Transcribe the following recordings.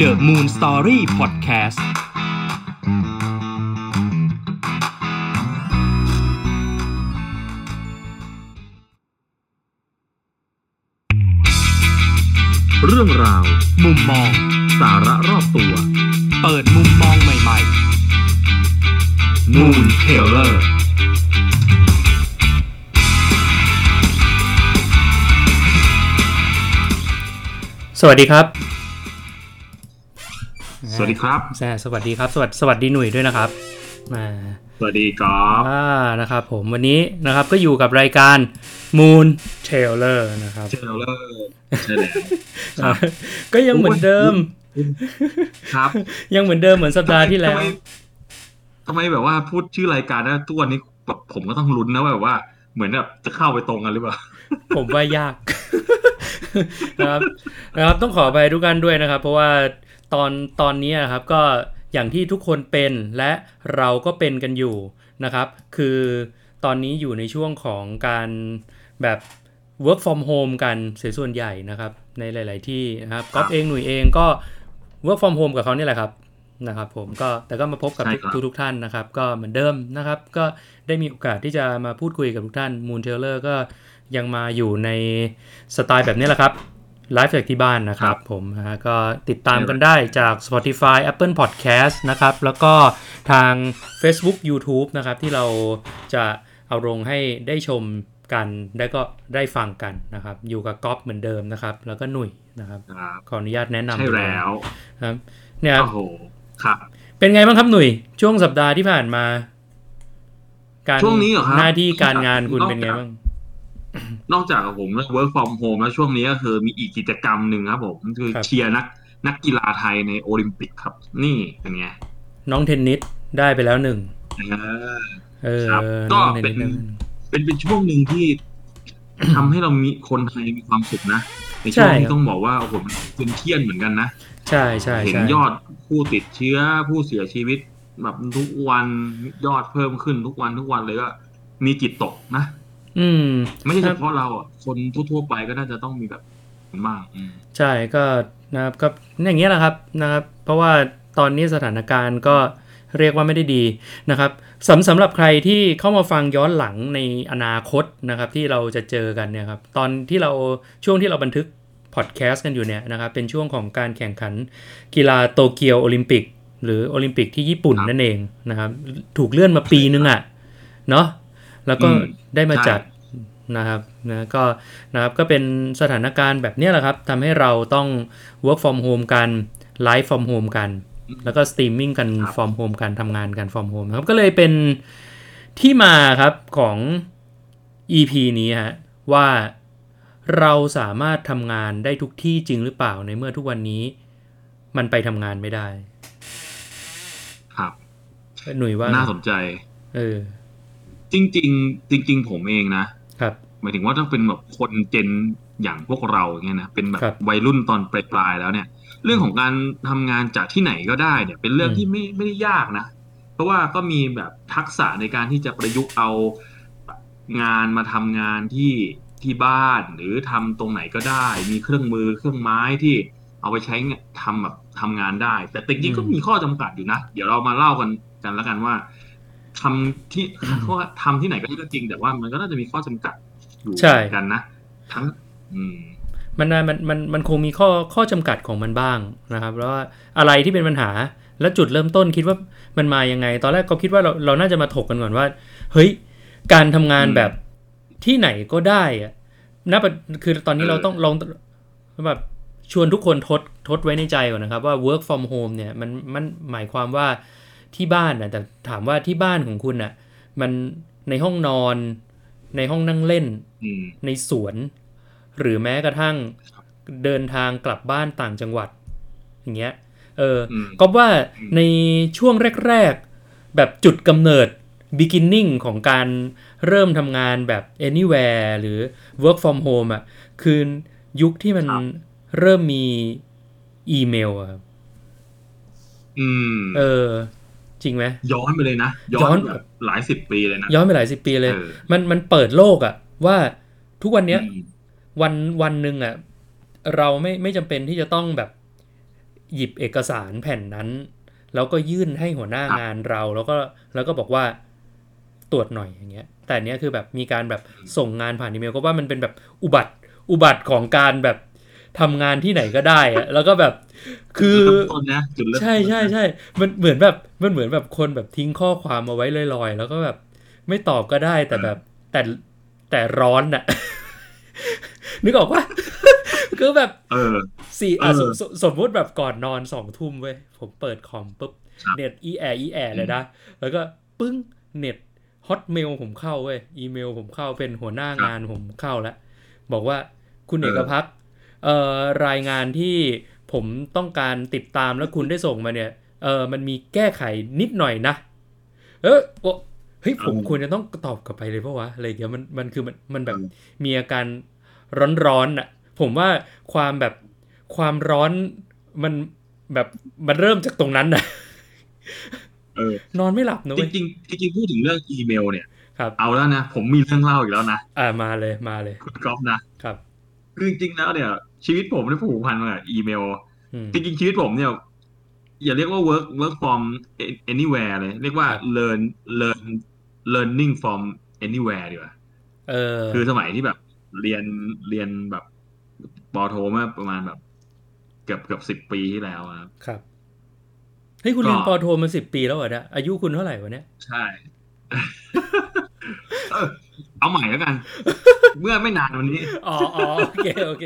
The Moon Story Podcastเรื่องราวมุมมองสาระรอบตัวเปิดมุมมองใหม่ๆ Moon Taylorสวัสดีครับสวัสดีครับสวัสดีครับสวัสดีหนุ่ยด้วยนะครับสวัสดีครับนะครับผมวันนี้นะครับก็อยู่กับรายการ Moon Taylor นะครับ Taylor ใช่แล้วก็ยังเหมือนเดิมครับยังเหมือนเดิมเหมือนสัปดาห์ที่แล้วทำไมแบบว่าพูดชื่อรายการนะตัวนี้แบบผมก็ต้องลุ้นนะแบบว่าเหมือนแบบจะเข้าไปตรงกันหรือเปล่าผมว่ายากนะครับต้องขอไปทุกท่านด้วยนะครับเพราะว่าตอนนี้นะครับก็อย่างที่ทุกคนเป็นและเราก็เป็นกันอยู่นะครับคือตอนนี้อยู่ในช่วงของการแบบ work from home กันเสียส่วนใหญ่นะครับในหลายๆที่นะครับก๊อฟเองหนุ่ยเองก็ work from home กับเขานี่แหละครับผมก็แต่ก็มาพบกับทุกท่านนะครับก็เหมือนเดิมนะครับก็ได้มีโอกาสที่จะมาพูดคุยกับทุกท่าน Moon Taylor ก็ยังมาอยู่ในสไตล์แบบนี้แหละครับไลฟ์จากที่บ้านนะครับผมก็ติดตามกันได้จาก Spotify Apple Podcast นะครับแล้วก็ทาง Facebook YouTube นะครับที่เราจะเอาลงให้ได้ชมกันได้ก็ได้ฟังกันนะครับอยู่กับก๊อฟเหมือนเดิมนะครับแล้วก็หนุ่ยนะครับขออนุญาตแนะนำใช่แล้วครับเนี่ยโอ้โหครับเป็นไงบ้างครับหนุ่ยช่วงสัปดาห์ที่ผ่านมาการช่วงนี้เหรอครับหน้าที่การงานคุณเป็นไงบ้างนอกจากผมwork from home แล้วช่วงนี้ก็คือมีอีกกิจกรรมหนึ่งครับผมคือเชียร์นักกีฬาไทยในโอลิมปิกครับนี่เป็นไงน้องเทนนิสได้ไปแล้วหนึ่งครับก็เป็นช่วงหนึ่งที่ทำให้เรามีคนไทยมีความสุขนะในช่วงที่ต้องบอกว่าโอ้โหมันเป็นเครียดเหมือนกันนะใช่ใช่เห็นยอดผู้ติดเชื้อผู้เสียชีวิตแบบทุกวันยอดเพิ่มขึ้นทุกวันเลยก็มีจิตตกนะไม่ใช่เฉพาะเราอ่ะคนทั่วๆไปก็น่าจะต้องมีแบบมากใช่ก็นะครับก็อย่างเงี้ยแหละครับเพราะว่าตอนนี้สถานการณ์ก็เรียกว่าไม่ได้ดีนะครับสำหรับใครที่เข้ามาฟังย้อนหลังในอนาคตนะครับที่เราจะเจอกันเนี่ยครับตอนที่ช่วงที่เราบันทึกพอดแคสต์กันอยู่เนี่ยนะครับเป็นช่วงของการแข่งขันกีฬาโตเกียวโอลิมปิกหรือโอลิมปิกที่ญี่ปุ่นนั่นเองนะครับถูกเลื่อนมาปีนึงอ่ะเนาะแล้วก็ได้มาจัดนะครับก็นะครับก็เป็นสถานการณ์แบบนี้แหละครับทำให้เราต้อง work from home กัน live from home กันแล้วก็ streaming กัน from home กันทำงานกัน from home นะครับก็เลยเป็นที่มาครับของ EP นี้ฮะว่าเราสามารถทำงานได้ทุกที่จริงหรือเปล่าในเมื่อทุกวันนี้มันไปทำงานไม่ได้ครับหนุ่ยว่าน่าสนใจจริงผมเองนะครับหมายถึงว่าต้องเป็นแบบคนเจนอย่างพวกเราอย่างเงี้ยนะเป็นแบบวัยรุ่นตอนปลายๆแล้วเนี่ยเรื่องของการทำงานจากที่ไหนก็ได้เนี่ยเป็นเรื่องที่ไม่ได้ยากนะเพราะว่าก็มีแบบทักษะในการที่จะประยุกต์เอางานมาทำงานที่บ้านหรือทำตรงไหนก็ได้มีเครื่องมือเครื่องไม้ที่เอาไปใช้ทำแบบทำงานได้แต่จริงๆก็มีข้อจำกัดอยู่นะเดี๋ยวเรามาเล่ากันแล้วกันว่าทำที่เพราะว่าทำที่ไหนก็จริงแต่ว่ามันก็น่าจะมีข้อจำกัดอยู่กันนะทั้งมันคงมีข้อจำกัดของมันบ้างนะครับแล้วว่าอะไรที่เป็นปัญหาและจุดเริ่มต้นคิดว่ามันมายังไงตอนแรกก็คิดว่าเราน่าจะมาถกกันก่อนว่าเฮ้ยการทำงานแบบที่ไหนก็ได้อะคือตอนนี้เราต้องลองแบบชวนทุกคนทดไว้ในใจก่อนนะครับว่า work from home เนี่ยมันหมายความว่าที่บ้านนะแต่ถามว่าที่บ้านของคุณน่ะมันในห้องนอนในห้องนั่งเล่นในสวนหรือแม้กระทั่งเดินทางกลับบ้านต่างจังหวัดอย่างเงี้ยก็ว่าในช่วงแรกๆแบบจุดกำเนิด beginning ของการเริ่มทำงานแบบ anywhere หรือ work from home อ่ะคือยุคที่มันเริ่มมีอีเมลอ่ะจริงไหมย้อนไปเลยนะย้อนแบบหลายสิบปีเลยนะย้อนไปหลายสิบปีเลยมันเปิดโลกอ่ะว่าทุกวันเนี้ยวันหนึ่งอ่ะเราไม่จำเป็นที่จะต้องแบบหยิบเอกสารแผ่นนั้นแล้วก็ยื่นให้หัวหน้างานเราแล้วก็บอกว่าตรวจหน่อยอย่างเงี้ยแต่เนี้ยคือแบบมีการแบบส่งงานผ่านอีเมลก็ว่ามันเป็นแบบอุบัติของการแบบทำงานที่ไหนก็ได้อะแล้วก็แบบคือต้นนะจุดเริ่มใช่ต้นใช่ใช่มันเหมือนแบบคนแบบทิ้งข้อความเอาไว้ลอยๆแล้วก็แบบไม่ตอบก็ได้แต่แบบแต่แต่ร้อนน่ะ นึกออกว่าคือแบบสี่สมมติแบบก่อนนอน2 ทุ่มเว้ยผมเปิดคอมปุ๊บเน็ตอีแอเลยนะแล้วก็ปึ้งเน็ตฮอตเมลผมเข้าเว้ยอีเมลผมเข้าเป็นหัวหน้างานผมเข้าแล้วบอกว่าคุณเอกพักรายงานที่ผมต้องการติดตามแล้วคุณได้ส่งมาเนี่ยมันมีแก้ไขนิดหน่อยนะเออเฮ้ยผมควรจะต้องตอบกลับไปเลยเพราะว่าอะไรอย่างเงี้ยมันคือมันแบบมีอาการร้อนๆอ่ะผมว่าความแบบความร้อนมันแบบมันเริ่มจากตรงนั้นนะนอนไม่หลับนะจเว้ยริงๆจริงๆพูดถึงเรื่องอีเมลเนี่ยครับเอาแล้วนะผมมีเรื่องเล่าอีกแล้วนะมาเลยคุณก๊อฟนะครับคือจริงๆแล้วเนี่ยชีวิตผมเนี่ยผูกพันมากับอีเมลจริงๆชีวิตผมเนี่ยอย่าเรียกว่า work from anywhere เลยเรียกว่าครับ learn learning from anywhere ดีกว่าเออคือสมัยที่แบบเรียนแบบปอโทเมื่อประมาณแบบเกือบ10 ปีที่แล้วครับครับเฮ้ยคุณเรีก็ยนปอโทมา10 ปีแล้วเหรอเนี่ยอายุคุณเท่าไหร่วะเนี่ยใช่ เออเอาใหม่แล้วกัน เมื่อไม่นานวันนี้โอเค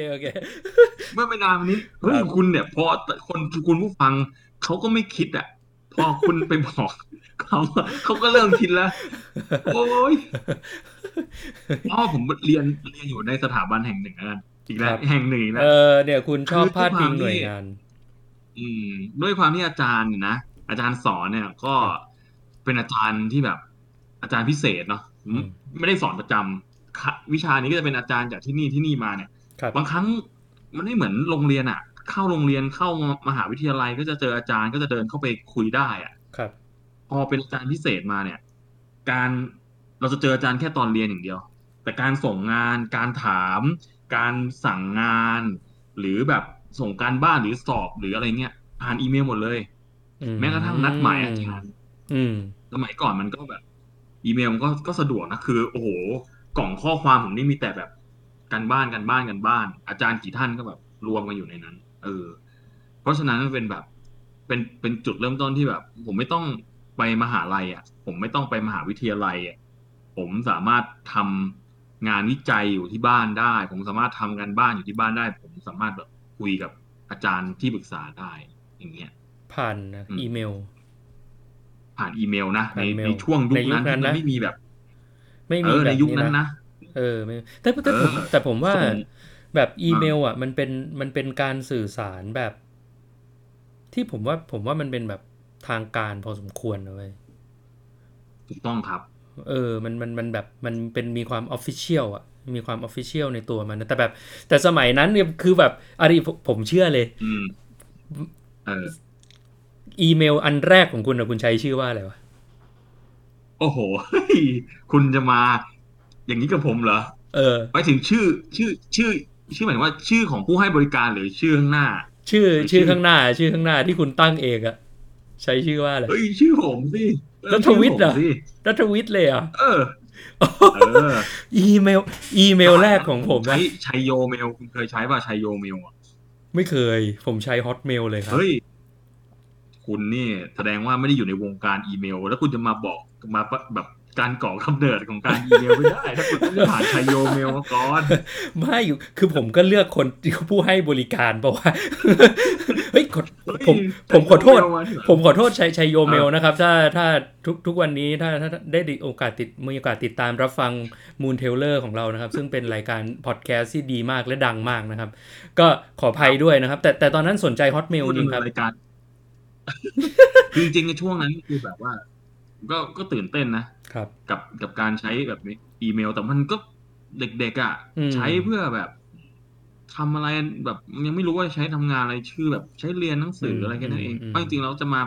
เมื่อไม่นานวันนี้คเฮ้ยรับคุณเนี่ยพอคนคุณผู้ฟังเขาก็ไม่คิดอ่ะพอคุณไปบอกเขาก็เริ่มคิดแล้วโอ้ยอ๋อผมเรียนอยู่ในสถาบันแห่งหนึ่งนะอีกแล้วครับแห่งหนึ่งอีกเอแล้วเนี่ยคุณชอบคือด้วยพาดพิงหน่วความที่ยงานอืมด้วยความที่อาจารย์เนี่ยนะอาจารย์สอนเนี่ยก็ครับเป็นอาจารย์ที่แบบอาจารย์พิเศษเนาะอืมไม่ได้สอนประจำวิชานี้ก็จะเป็นอาจารย์จากที่นี่มาเนี่ยครับบางครั้งมันไม่เหมือนโรงเรียนอ่ะเข้าโรงเรียนเข้ามหาวิทยาลัยก็จะเจออาจารย์ก็จะเดินเข้าไปคุยได้อ่ะครับพอเป็นอาจารย์พิเศษมาเนี่ยการเราจะเจออาจารย์แค่ตอนเรียนอย่างเดียวแต่การส่งงานการถามการสั่งงานหรือแบบส่งการบ้านหรือสอบหรืออะไรเงี้ยผ่านอีเมลหมดเลยอืแม้กระทั่งนัดหมายอามจารย์อืมสมัยก่อนมันก็แบบอีเมลมันก็สะดวกนะคือโอ้โหกล่องข้อความผมนี่มีแต่แบบกันบ้านอาจารย์กี่ท่านก็แบบรวมกันอยู่ในนั้นเพราะฉะนั้นมันเป็นแบบเป็นจุดเริ่มต้นที่แบบผมไม่ต้องไปมหาลัยอ่ะผมไม่ต้องไปมหาวิทยาลัยอ่ะผมสามารถทำงานวิจัยอยู่ที่บ้านได้ผมสามารถทำงานบ้านอยู่ที่บ้านได้ผมสามารถแบบคุยกับอาจารย์ที่ปรึกษาได้อย่างเงี้ยผ่านอืมอีเมลผ่านอีเมลนะในผ่านเมลในช่วงในยุคนั้นที่มันยุคนั้นนะไม่มีแบบไม่มีแบในบนี้นะยุคนั้นนะไม่แต่เออแต่ผมว่าส่งแบบอีเมลเอออ่ะมันเป็นการสื่อสารแบบที่ผมว่ามันเป็นแบบทางการพอสมควรนะเว้ยถูกต้องครับมันแบบมันเป็นมีความออฟฟิเชียลอ่ะมีความออฟฟิเชียลในตัวมันนะแต่แบบแต่สมัยนั้นเนี่ยคือแบบอะไรผมเชื่อเลยอืมเอออีเมลอันแรกของคุณนะคุณใช้ชื่อว่าอะไรวะโอ้โหเฮ้ยคุณจะมาอย่างนี้กับผมเหรอเออไปถึงชื่อชื่อชื่อหมายถึงว่าชื่อของผู้ให้บริการหรือชื่อข้างหน้าชื่อหรือชื่อชื่อข้างหน้าชื่อข้างหน้าที่คุณตั้งเองอะใช้ชื่อว่าอะไรเฮ้ยชื่อผมสิรัฐชื่อวิทย์อ่ะผมสิรัฐวิทย์เลยอ่ะเออเอออีเมลอีเมสลแรกมัยนั้นผมใช้ของผมนะชัยโยเมลคุณเคยใช้ป่ะชัยโยเมลอ่ะไม่เคยผมใช้ฮอตเมลเลยครับเฮ้ย คุณนี่แสดงว่าไม่ได้อยู่ในวงการอีเมลแล้วคุณจะมาบอกมาแบบการก่อกำเนิดของการอีเมลไม่ได้ถ้าคุณไม่ได้ผ่านชัยโยเมลมาก่อนไม่อยู่คือผมก็เลือกคนผู้ให้บริการเพราะว่าเฮ้ยเฮ้ยผมผมชัยโยขอโทษเมลมาที่หลังผมขอโทษชัยโยเมลเออนะครับถ้าทุกวันนี้ถ้าได้โอกาสมีโอกาสติดตามรับฟังมูนเทเลอร์ของเรานะครับซึ่งเป็นรายการพอดแคสต์ที่ดีมากและดังมากนะครับก็ขออภัยด้วยนะครับแต่ตอนนั้นสนใจฮอตเมลผู้ดำเนิจริงครับนรายการคือจริงๆในช่วงนั้นคือแบบว่าก็ตื่นเต้นนะครับกับการใช้แบบนี้อีเมลแต่มันก็เด็กๆอ่ะอืมใช้เพื่อแบบทำอะไรแบบยังไม่รู้ว่าใช้ทำงานอะไรชื่อแบบใช้เรียนหนังสืออะไรแค่นั้นเองเพราะจริงๆเราจะมาแบบ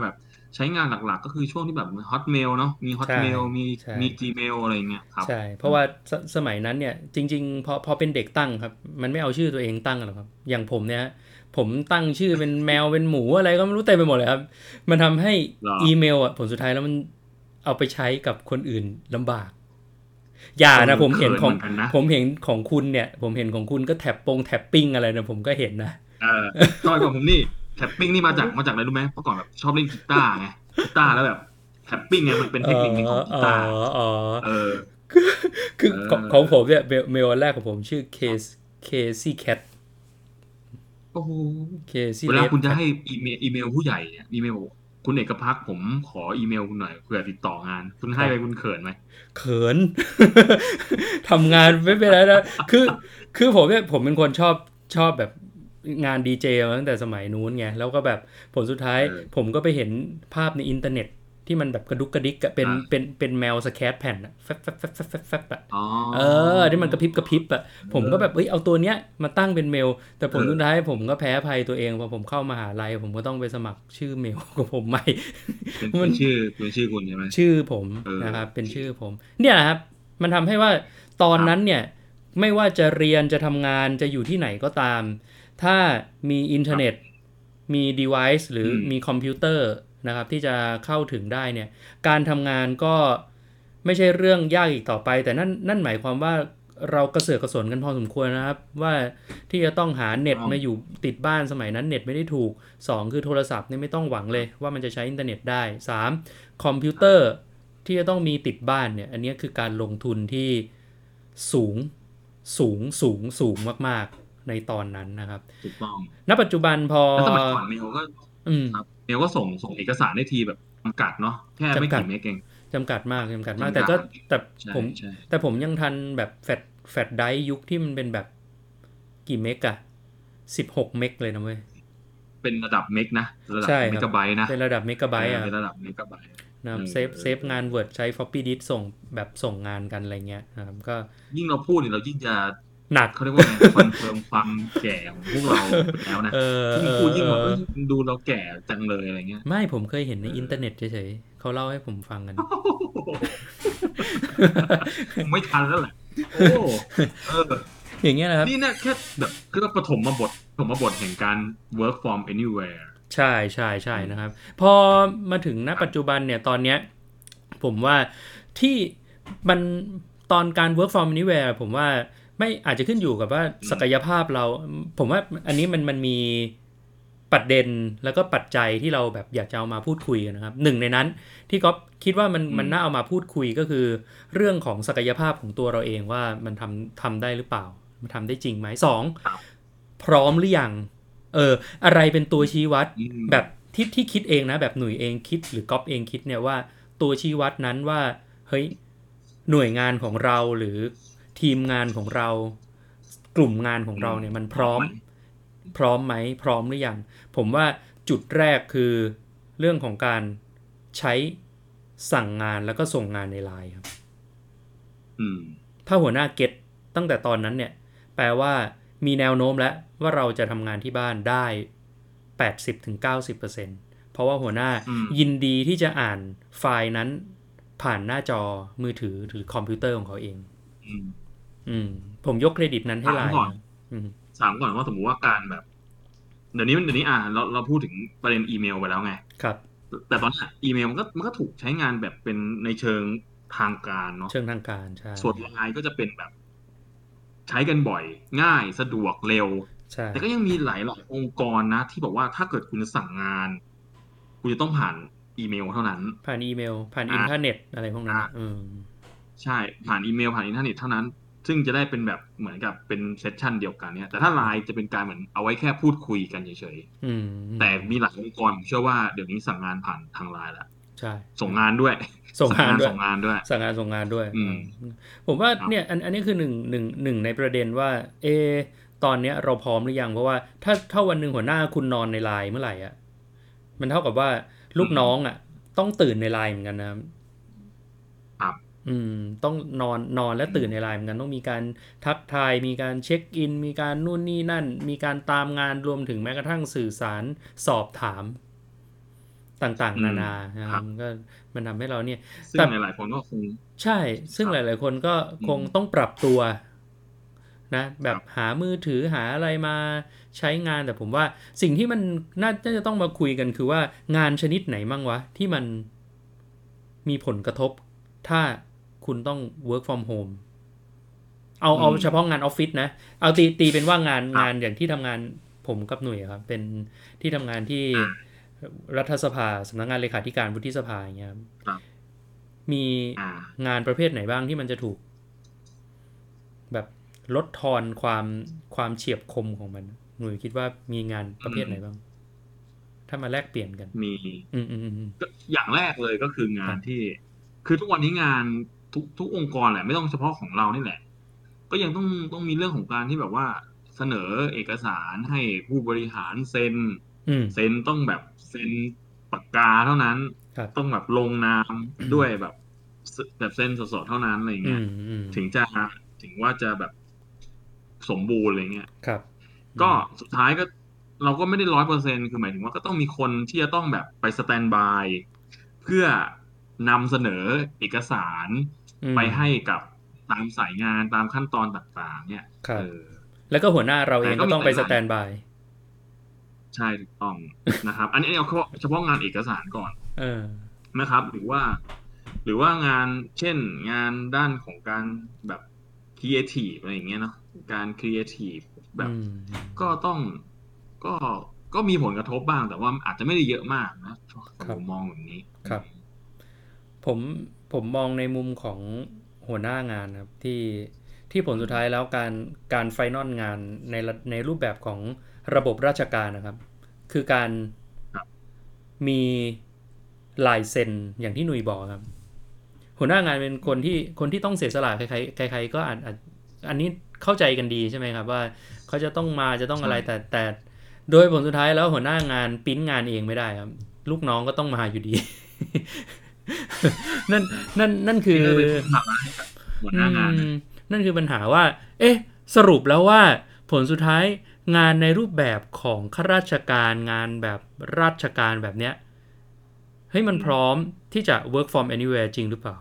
ใช้งานหลักๆก็คือช่วงที่แบบ Hotmail เนาะมีใช่ Hotmail ใช่มี Gmail อะไรเงี้ยครับใช่เพราะว่าสมัยนั้นเนี่ยจริงๆพอเป็นเด็กตั้งครับมันไม่เอาชื่อตัวเองตั้งหรอกครับอย่างผมเนี่ยผมตั้งชื่อเป็นแมวเป็นหมูอะไรก็ไม่รู้เต็มไปหมดเลยครับมันทำให้เหรออีเมลอ่ะผลสุดท้ายแล้วมันเอาไปใช้กับคนอื่นลำบากอย่านะผมเห็นเขินของเหมือนกันนะผมเห็นของคุณเนี่ยผมเห็นของคุณก็แท็ปปิ้งอะไรนะผมก็เห็นนะเออตอนก่อนผมนี่แท็ปปิ้งนี่มาจากอะไรรู้ไหมเมื่อก่อนแบบชอบเล่นกีตาร์ไงกีตาร์แล้วแบบแท็ปปิ้งไงมันเป็นเอเทคนิคหนึ่งของกีอตาร์อ๋อเออคือเอของผมอเนี่ยเมลอันแรกของผมชื่อเคซี่แคทโอ้โหเคซี่เวเลดแคทลาคุณจะให้อีเมลผู้ใหญ่เนี่ยอีเมลคุณเอกภักดิ์ผมขออีเมลคุณหน่อยเผื่อติดต่องานคุณให้ไปคุณเขินไหมเขิน ทำงานไม่เป็นไรนะคือผมเป็นคนชอบแบบงานดีเจมาตั้งแต่สมัยนู้นไงแล้วก็แบบผลสุดท้ายเออผมก็ไปเห็นภาพในอินเทอร์เน็ตที่มันแบบกระดุกกระดิกอะเป็นแมวสแครแผ่นอะแฟบแฟบแฟบแฟบแฟบแฟบอะอ๋อเอที่มันกระพริบอะผมก็แบบเอาตัวเนี้ยมาตั้งเป็นเมลแต่ผเออลสุดท้ายผมก็แพ้ภัยตัวเองพอผมเข้ามหาลัยผมก็ต้องไปสมัครชื่อเมลของผมใหม่เป็นมันเป็นชื่อคุณใช่ไหมชื่อผมเออนะครับเป็นโอเคชื่อผมเนี่ยนะครับมันทำให้ว่าตอนนั้นครับเนี่ยไม่ว่าจะเรียนจะทำงานจะอยู่ที่ไหนก็ตามถ้ามีอินเทครับอร์เน็ตมี device หรืออืมมีคอมพิวเตอร์นะครับที่จะเข้าถึงได้เนี่ยการทำงานก็ไม่ใช่เรื่องยากอีกต่อไปแต่นั่นหมายความว่าเรากระเสือกกระสนกันพอสมควรนะครับว่าที่จะต้องหาเน็ตต้องมาอยู่ติดบ้านสมัยนั้นเน็ตไม่ได้ถูก2คือโทรศัพท์เนี่ยไม่ต้องหวังเลยว่ามันจะใช้อินเทอร์เน็ตได้3คอมพิวเตอร์ที่จะต้องมีติดบ้านเนี่ยอันนี้คือการลงทุนที่สูงสูงมากๆในตอนนั้นนะครับถูกต้องณปัจจุบันพอแล้วสมัยก่อนเมลก็อืมครับเมลก็ส่งเอกสารได้ทีแบบจำกัดเนาะแค่ไม่จำกัดกี่เมกเองจำกัดมากแต่จำกัดแต่ใช่ผมใช่แต่ผมยังทันแบบแฟลชไดรฟ์ยุคที่มันเป็นแบบกี่เมกอะ16 เมกเลยนะเว้ยเป็นระดับเมกนะระดับเมใช่ครับกะไบต์นะเป็นระดับเมกะไบต์อะครับเป็นระดับเมกะไบต์นะครับเซฟเอองาน Word ใช้ floppy disk ส่งแบบส่งงานกันอะไรเงี้ยนะครับก็ยิ่งเราพูดเนี่ยเรายิ่งจะหนักเขาเรียกว่าไงคอนเฟิร์มความแก่ของพวกเราไปแล้วนะเออยิ่งเอพูดยิ่งแบบอดูเราแก่จังเลยอะไรเงี้ยไม่ผมเคยเห็นเอในอินเทอร์เน็ตอเฉยๆเขาเล่าให้ผมฟังกันคงไม่ทันแล้วแหละโอ้เอออย่างเงี้ยนะครับนี่นะแค่แบบคือว่าปฐมบทแห่งการ work from anywhere ใช่อืมนะครับพอมาถึงณปัจจุบันเนี่ยตอนเนี้ยผมว่าที่มันตอนการ work from anywhere ผมว่าไม่อาจจะขึ้นอยู่กับว่าอืมศักยภาพเราผมว่าอันนี้มันมีประเด็นแล้วก็ปัจจัยที่เราแบบอยากจะเอามาพูดคุยกันนะครับหนึ่งในนั้นที่ก๊อฟคิดว่ามันน่าเอามาพูดคุยก็คือเรื่องของศักยภาพของตัวเราเองว่ามันทำได้หรือเปล่ามันทำได้จริงไหมสองครับพร้อมหรือยังอะไรเป็นตัวชี้วัดอืมแบบที่คิดเองนะแบบหน่วยเองคิดหรือก๊อปเองคิดเนี่ยว่าตัวชี้วัดนั้นว่าเฮ้ยหน่วยงานของเราหรือทีมงานของเรากลุ่มงานของอืมเราเนี่ยมันพพร้อมไหมร้อมพร้อมไหมพร้อมหรือยังผมว่าจุดแรกคือเรื่องของการใช้สั่งงานแล้วก็ส่งงานในไลน์ครับอืมถ้าหัวหน้าเก็ตตั้งแต่ตอนนั้นเนี่ยแปลว่ามีแนวโน้มแล้วว่าเราจะทำงานที่บ้านได้80-90%เพราะว่าหัวหน้าอืมยินดีที่จะอ่านไฟล์นั้นผ่านหน้าจอมือถือหรือคอมพิวเตอร์ของเขาเองอืมอืมผมยกเครดิตนั้นให้ไลน์ถามก่อนนะอืมถามก่อนว่าสมมุติว่าการแบบเดี๋ยวนี้เราพูดถึงประเด็นอีเมลไปแล้วไงครับแต่ตอนนี้อีเมลมันก็ถูกใช้งานแบบเป็นในเชิงทางการเนาะเชิงทางการใช่ส่วนไลน์ก็จะเป็นแบบใช้กันบ่อยง่ายสะดวกเร็วใช่แต่ก็ยังมีหลายองค์กรนะที่บอกว่าถ้าเกิดคุณจะสั่งงานคุณจะต้องผ่านอีเมลเท่านั้นผ่านอีเมลผ่านอิอ่านเทอร์เน็ตอะไรพวกนั้นอ่านะอืมใช่ผ่านอีเมลผ่านอินเทอร์เน็ตเท่านั้นซึ่งจะได้เป็นแบบเหมือนกับเป็นเซสชันเดียวกันเนี่ยแต่ถ้าไลน์จะเป็นการเหมือนเอาไว้แค่พูดคุยกันเฉยอืมๆแต่มีหลายองค์กรผมเชื่อว่าเดี๋ยวนี้สั่งงานผ่านทางไลน์แล้วใช่ส่งงานด้วยส่งสั่งงานงานด้วยส่งงานด้วยส่งงานด้วยอืมผมว่าครับเนี่ยอันนี้คือหนึ่งในประเด็นว่าเออตอนเนี้ยเราพร้อมหรือยังเพราะว่าถ้าวันหนึ่งหัวหน้าคุณนอนในไลน์เมื่อไหร่อ่ะมันเท่ากับว่าลูกอืมน้องอ่ะต้องตื่นในไลน์เหมือนกันนะครับอืมต้องนอนและตื่นในไลน์เหมือนกันต้องมีการทักทายมีการเช็คอินมีการนู่นนี่นั่นมีการตามงานรวมถึงแม้กระทั่งสื่อสารสอบถามต่างๆนานานะครับก็มันทำให้เราเนี่ยซึ่งหลายๆคนก็คงใช่ซึ่งหลายๆคนก็คงต้องปรับตัวนะแบบหามือถือหาอะไรมาใช้งานแต่ผมว่าสิ่งที่มันน่าจะต้องมาคุยกันคือว่างานชนิดไหนมั่งวะที่มันมีผลกระทบถ้าคุณต้อง work from home เอาเฉพาะงานออฟฟิศนะเอาตีเป็นว่างานอย่างที่ทำงานผมกับหน่วยครับเป็นที่ทำงานที่รัฐสภาสำนักงานเลขาธิการวุฒิสภาอย่างเงี้ยมีงานประเภทไหนบ้างที่มันจะถูกแบบลดทอนความเฉียบคมของมันหน่วยคิดว่ามีงานประเภทไหนบ้างถ้ามาแลกเปลี่ยนกันมีอย่างแรกเลยก็คืองานที่คือทุกวันนี้งานทุกองค์กรแหละไม่ต้องเฉพาะของเรานี่แหละก็ยังต้องมีเรื่องของการที่แบบว่าเสนอเอกสารให้ผู้บริหารเซ็นต้องแบบเซ็นปากกาเท่านั้นต้องแบบลงนามด้วยแบบเซ็นสดๆเท่านั้นอะไรเงี้ยถึงว่าจะแบบสมบูรณ์อะไรเงี้ยก็สุดท้ายก็เราก็ไม่ได้100%คือหมายถึงว่าก็ต้องมีคนที่จะต้องแบบไปสแตนบายเพื่อนำเสนอเอกสารไปให้กับตามสายงานตามขั้นตอนต่างๆเนี่ยแล้วก็หัวหน้าเราเองก็ต้องไปสแตนบายใช่ถูกต้องนะครับอันนี้เอาเฉพาะงานเอกสารก่อนนะครับหรือว่างานเช่นงานด้านของการแบบครีเอทีฟอะไรอย่างเงี้ยเนาะการครีเอทีฟแบบก็มีผลกระทบบ้างแต่ว่าอาจจะไม่ได้เยอะมากนะผมมองแบบนี้ครับผมมองในมุมของหัวหน้างานครับที่ผลสุดท้ายแล้วการไฟนอลงานในรูปแบบของระบบราชการนะครับคือการมีลายเซ็นอย่างที่หนุ่ยบอกครับหัวหน้างานเป็นคนที่ต้องเสียสละใครก็อันนี้เข้าใจกันดีใช่ไหมครับว่าเขาจะต้องอะไรแต่โดยผลสุดท้ายแล้วหัวหน้างานปริ้นงานเองไม่ได้ครับลูกน้องก็ต้องมาอยู่ดี นั่นคือหัวหน้างานนั่นคือปัญหาว่าสรุปแล้วว่าผลสุดท้ายงานในรูปแบบของข้าราชการงานแบบราชการแบบเนี้ยให้มันพร้อมที่จะ work from anywhere จริงหรือเปล่า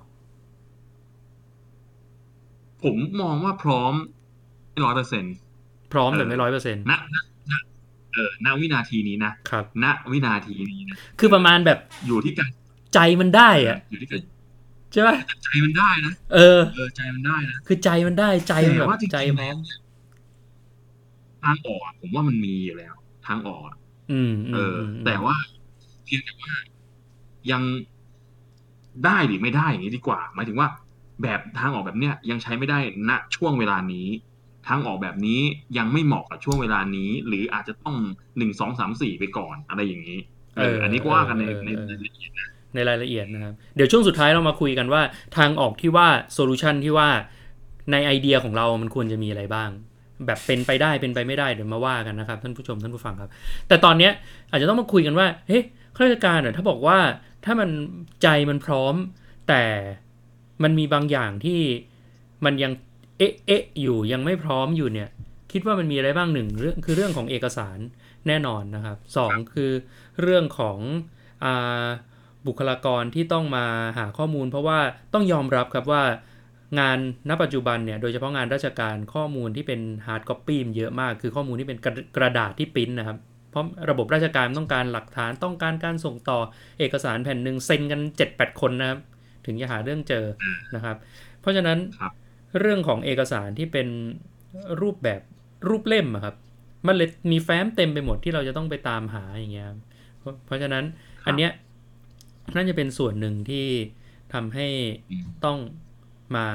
ผมมองว่าพร้อมไม่100% พร้อมแต่ไม่100% ณวินาทีนี้นะครับณวินาทีนี้นะคือประมาณแบบอยู่ที่การใจมันได้อะอยู่ที่การใช่ป่ะใจมันได้นะใจมันได้นะคือใจมันได้ใจมันแบบใจพร้อมทางออกผมว่ามันมีอยู่แล้วทางออกแต่ว่าเพียงแต่ว่ายังได้หรือไม่ได้อย่างนี้ดีกว่าหมายถึงว่าแบบทางออกแบบเนี้ยยังใช้ไม่ได้ณช่วงเวลานี้ทางออกแบบนี้ยังไม่เหมาะกับช่วงเวลานี้หรืออาจจะต้อง1 2 3 4ไปก่อนอะไรอย่างนี้อันนี้ก็ว่ากันในรายละเอียดนะในรายละเอียดนะครับเดี๋ยวช่วงสุดท้ายเรามาคุยกันว่าทางออกที่ว่าโซลูชันที่ว่าในไอเดียของเรามันควรจะมีอะไรบ้างแบบเป็นไปได้เป็นไปไม่ได้เดี๋ยวมาว่ากันนะครับท่านผู้ชมท่านผู้ฟังครับแต่ตอนนี้อาจจะต้องมาคุยกันว่าเฮ้ยข้าราชการถ้าบอกว่าถ้ามันใจมันพร้อมแต่มันมีบางอย่างที่มันยังอยู่ยังไม่พร้อมอยู่เนี่ยคิดว่ามันมีอะไรบ้าง1เรื่องคือเรื่องของเอกสารแน่นอนนะครับ2คือเรื่องของบุคลากรที่ต้องมาหาข้อมูลเพราะว่าต้องยอมรับครับว่างานณปัจจุบันเนี่ยโดยเฉพาะงานราชการข้อมูลที่เป็นฮาร์ดคอปปี้เยอะมากคือข้อมูลที่เป็นกระดาษที่ปริ้นนะครับเพราะระบบราชการต้องการหลักฐานต้องการส่งต่อเอกสารแผ่นหนึ่งเซ็นกัน 7-8 คนนะครับถึงจะหาเรื่องเจอนะครับเพราะฉะนั้นเรื่องของเอกสารที่เป็นรูปเล่มครับมันเลยมีแฟ้มเต็มไปหมดที่เราจะต้องไปตามหาอย่างเงี้ยเพราะฉะนั้นอันเนี้ยน่าจะเป็นส่วนหนึ่งที่ทำให้ต้องมา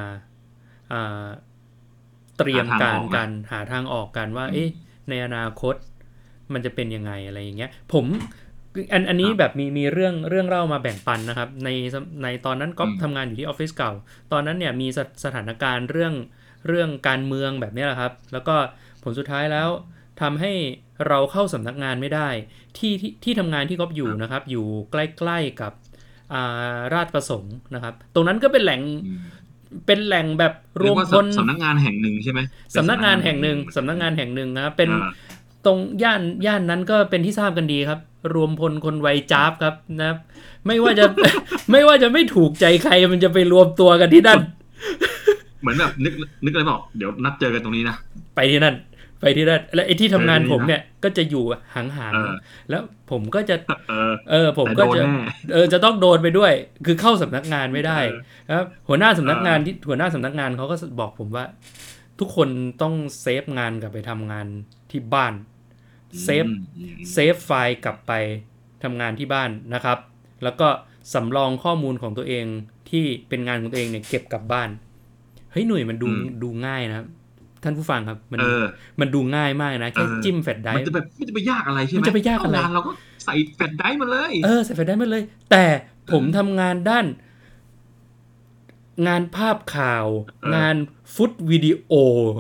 เตรียมการกันหาทางออกกันว่าในอนาคตมันจะเป็นยังไงอะไรอย่างเงี้ยผมอันนี้แบบมีเรื่องเล่ามาแบ่งปันนะครับในตอนนั้นก็ทำงานอยู่ที่ออฟฟิศเก่าตอนนั้นเนี่ยมีสถานการณ์เรื่องการเมืองแบบนี้แหละครับแล้วก็ผลสุดท้ายแล้วทำให้เราเข้าสำนักงานไม่ได้ที่ทำงานที่ก๊อฟอยู่นะครับอยู่ใกล้ๆกับราชประสงค์นะครับตรงนั้นก็เป็นแหล่งแบบรวมพลสำนักงานแห่งหนึ่งใช่ไหมสำนักงานแห่งหนึ่งนะครับตรงย่านนั้นก็เป็นที่ทราบกันดีครับรวมพลคนวัยจ้าบครับนะครับไม่ว่าจะ ไม่ว่าจะไม่ถูกใจใครมันจะไปรวมตัวกันที่นั่นเหมือนแบบนึกอะไรบอกเดี๋ยวนัดเจอกันตรงนี้นะไปที่นั่นแล้วไอ้ที่ทำงานผมเนี่ยก็จะอยู่ห่างๆแล้วผมก็จะผมก็จะจะต้องโดนไปด้วยคือเข้าสำนักงานไม่ได้ครับหัวหน้าสำนักงานเขาก็บอกผมว่าทุกคนต้องเซฟงานกลับไปทำงานที่บ้านเซฟไฟล์กลับไปทำงานที่บ้านนะครับแล้วก็สำรองข้อมูลของตัวเองที่เป็นงานของตัวเองเนี่ยเก็บกลับบ้านเฮ้ยหนุ่ยมันดูง่ายนะครับท่านผู้ฟังครับมันดูง่ายมากนะแค่จิ้มแฟลชไดรฟ์มันจะไปยากอะไรใช่ไหมมันจะไปยากอะไรเราก็ใส่แฟลชไดรฟ์มาเลยใส่แฟลชไดรฟ์มาเลยแต่ผมทำงานด้านงานภาพข่าวงานฟุตวิดีโอ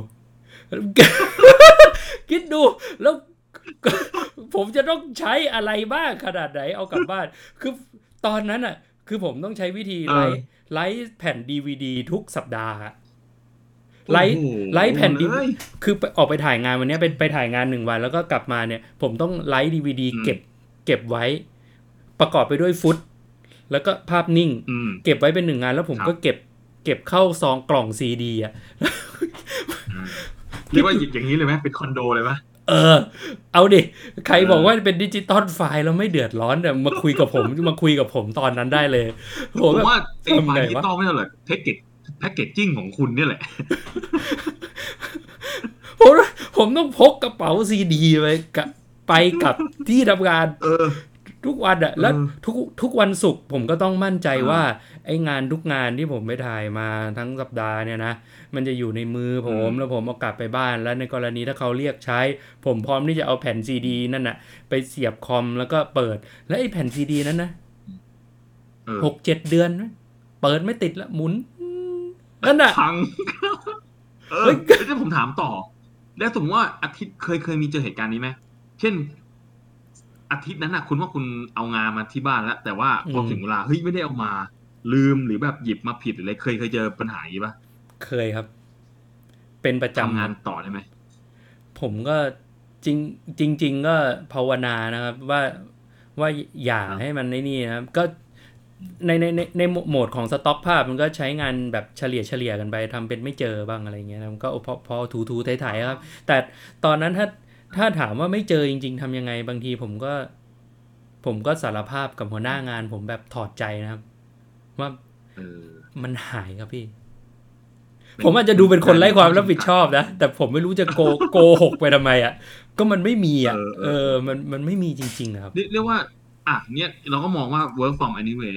คิดดูแล้วผมจะต้องใช้อะไรบ้างขนาดไหนเอากลับบ้านคือตอนนั้นอ่ะคือผมต้องใช้วิธีไลฟ์แผ่น DVD ทุกสัปดาห์ไลฟ์แผ่นดีคือออกไปถ่ายงานวันนี้ไปถ่ายงาน1วันแล้วก็กลับมาเนี่ยผมต้องไลฟ์ DVD เก็บไว้ประกอบไปด้วยฟุตแล้วก็ภาพนิ่งเก็บไว้เป็น1งานแล้วผมก็เก็บเข้าซองกล่อง CD อ่ะเรียกว่าอย่างนี้เลยไหมเป็นคอนโดเลยไหมเอาดิใครบอกว่าเป็นดิจิตอลไฟล์แล้วไม่เดือดร้อนแต่มาคุยกับผมตอนนั้นได้เลยผมว่าไอ้ไฟล์ดิจิตอลไม่เท่าไหร่แพ็กเกจจิ้งของคุณเนี่ยแหละผมต้องพกกระเป๋าซีดีไปกับที่ทำงานทุกวันอะแล้วทุกวันศุกร์ผมก็ต้องมั่นใจว่าไอ้งานทุกงานที่ผมไปถ่ายมาทั้งสัปดาห์เนี่ยนะมันจะอยู่ในมือผมแล้วผมเอากลับไปบ้านแล้วในกรณีถ้าเขาเรียกใช้ผมพร้อมที่จะเอาแผ่นซีดีนั่นน่ะไปเสียบคอมแล้วก็เปิดแล้วไอ้แผ่นซีดีนั้นนะ6-7 เดือนเปิดไม่ติดละหมุนนั่นน่ะพังแล้วผมถามต่อแล้วสมมติว่าอาทิตย์เคยมีเจอเหตุการณ์นี้ไหมเช่นอาทิตย์นั้นคุณว่าคุณเอางานมาที่บ้านแล้วแต่ว่าพอถึงเวลาเฮ้ยไม่ได้เอามาลืมหรือแบบหยิบมาผิดหรืออะไรเคยเจอปัญหาอย่างนี้ปะเคยครับเป็นประจำทำงานต่อได้ไหมผมก็จริงก็ภาวนานะครับว่าอย่าให้มันในนี่นะครับก็ในโหมดของสต็อกภาพมันก็ใช้งานแบบเฉลี่ยกันไปทำเป็นไม่เจอบ้างอะไรเงี้ยมันก็พอถูถ่ายๆครับแต่ตอนนั้นถ้าถามว่าไม่เจอจริงๆทำยังไงบางทีผมก็สารภาพกับหัวหน้างานผมแบบถอดใจนะครับว่ามันหายครับพี่ผมอาจจะดูเป็นคนไร้ความรับผิดชอบนะแต่ผมไม่รู้จะโกหกไปทำไมอ่ะก็มันไม่มีอ่ะมันไม่มีจริงๆนะครับเรียกว่าเนี่ยเราก็มองว่า work from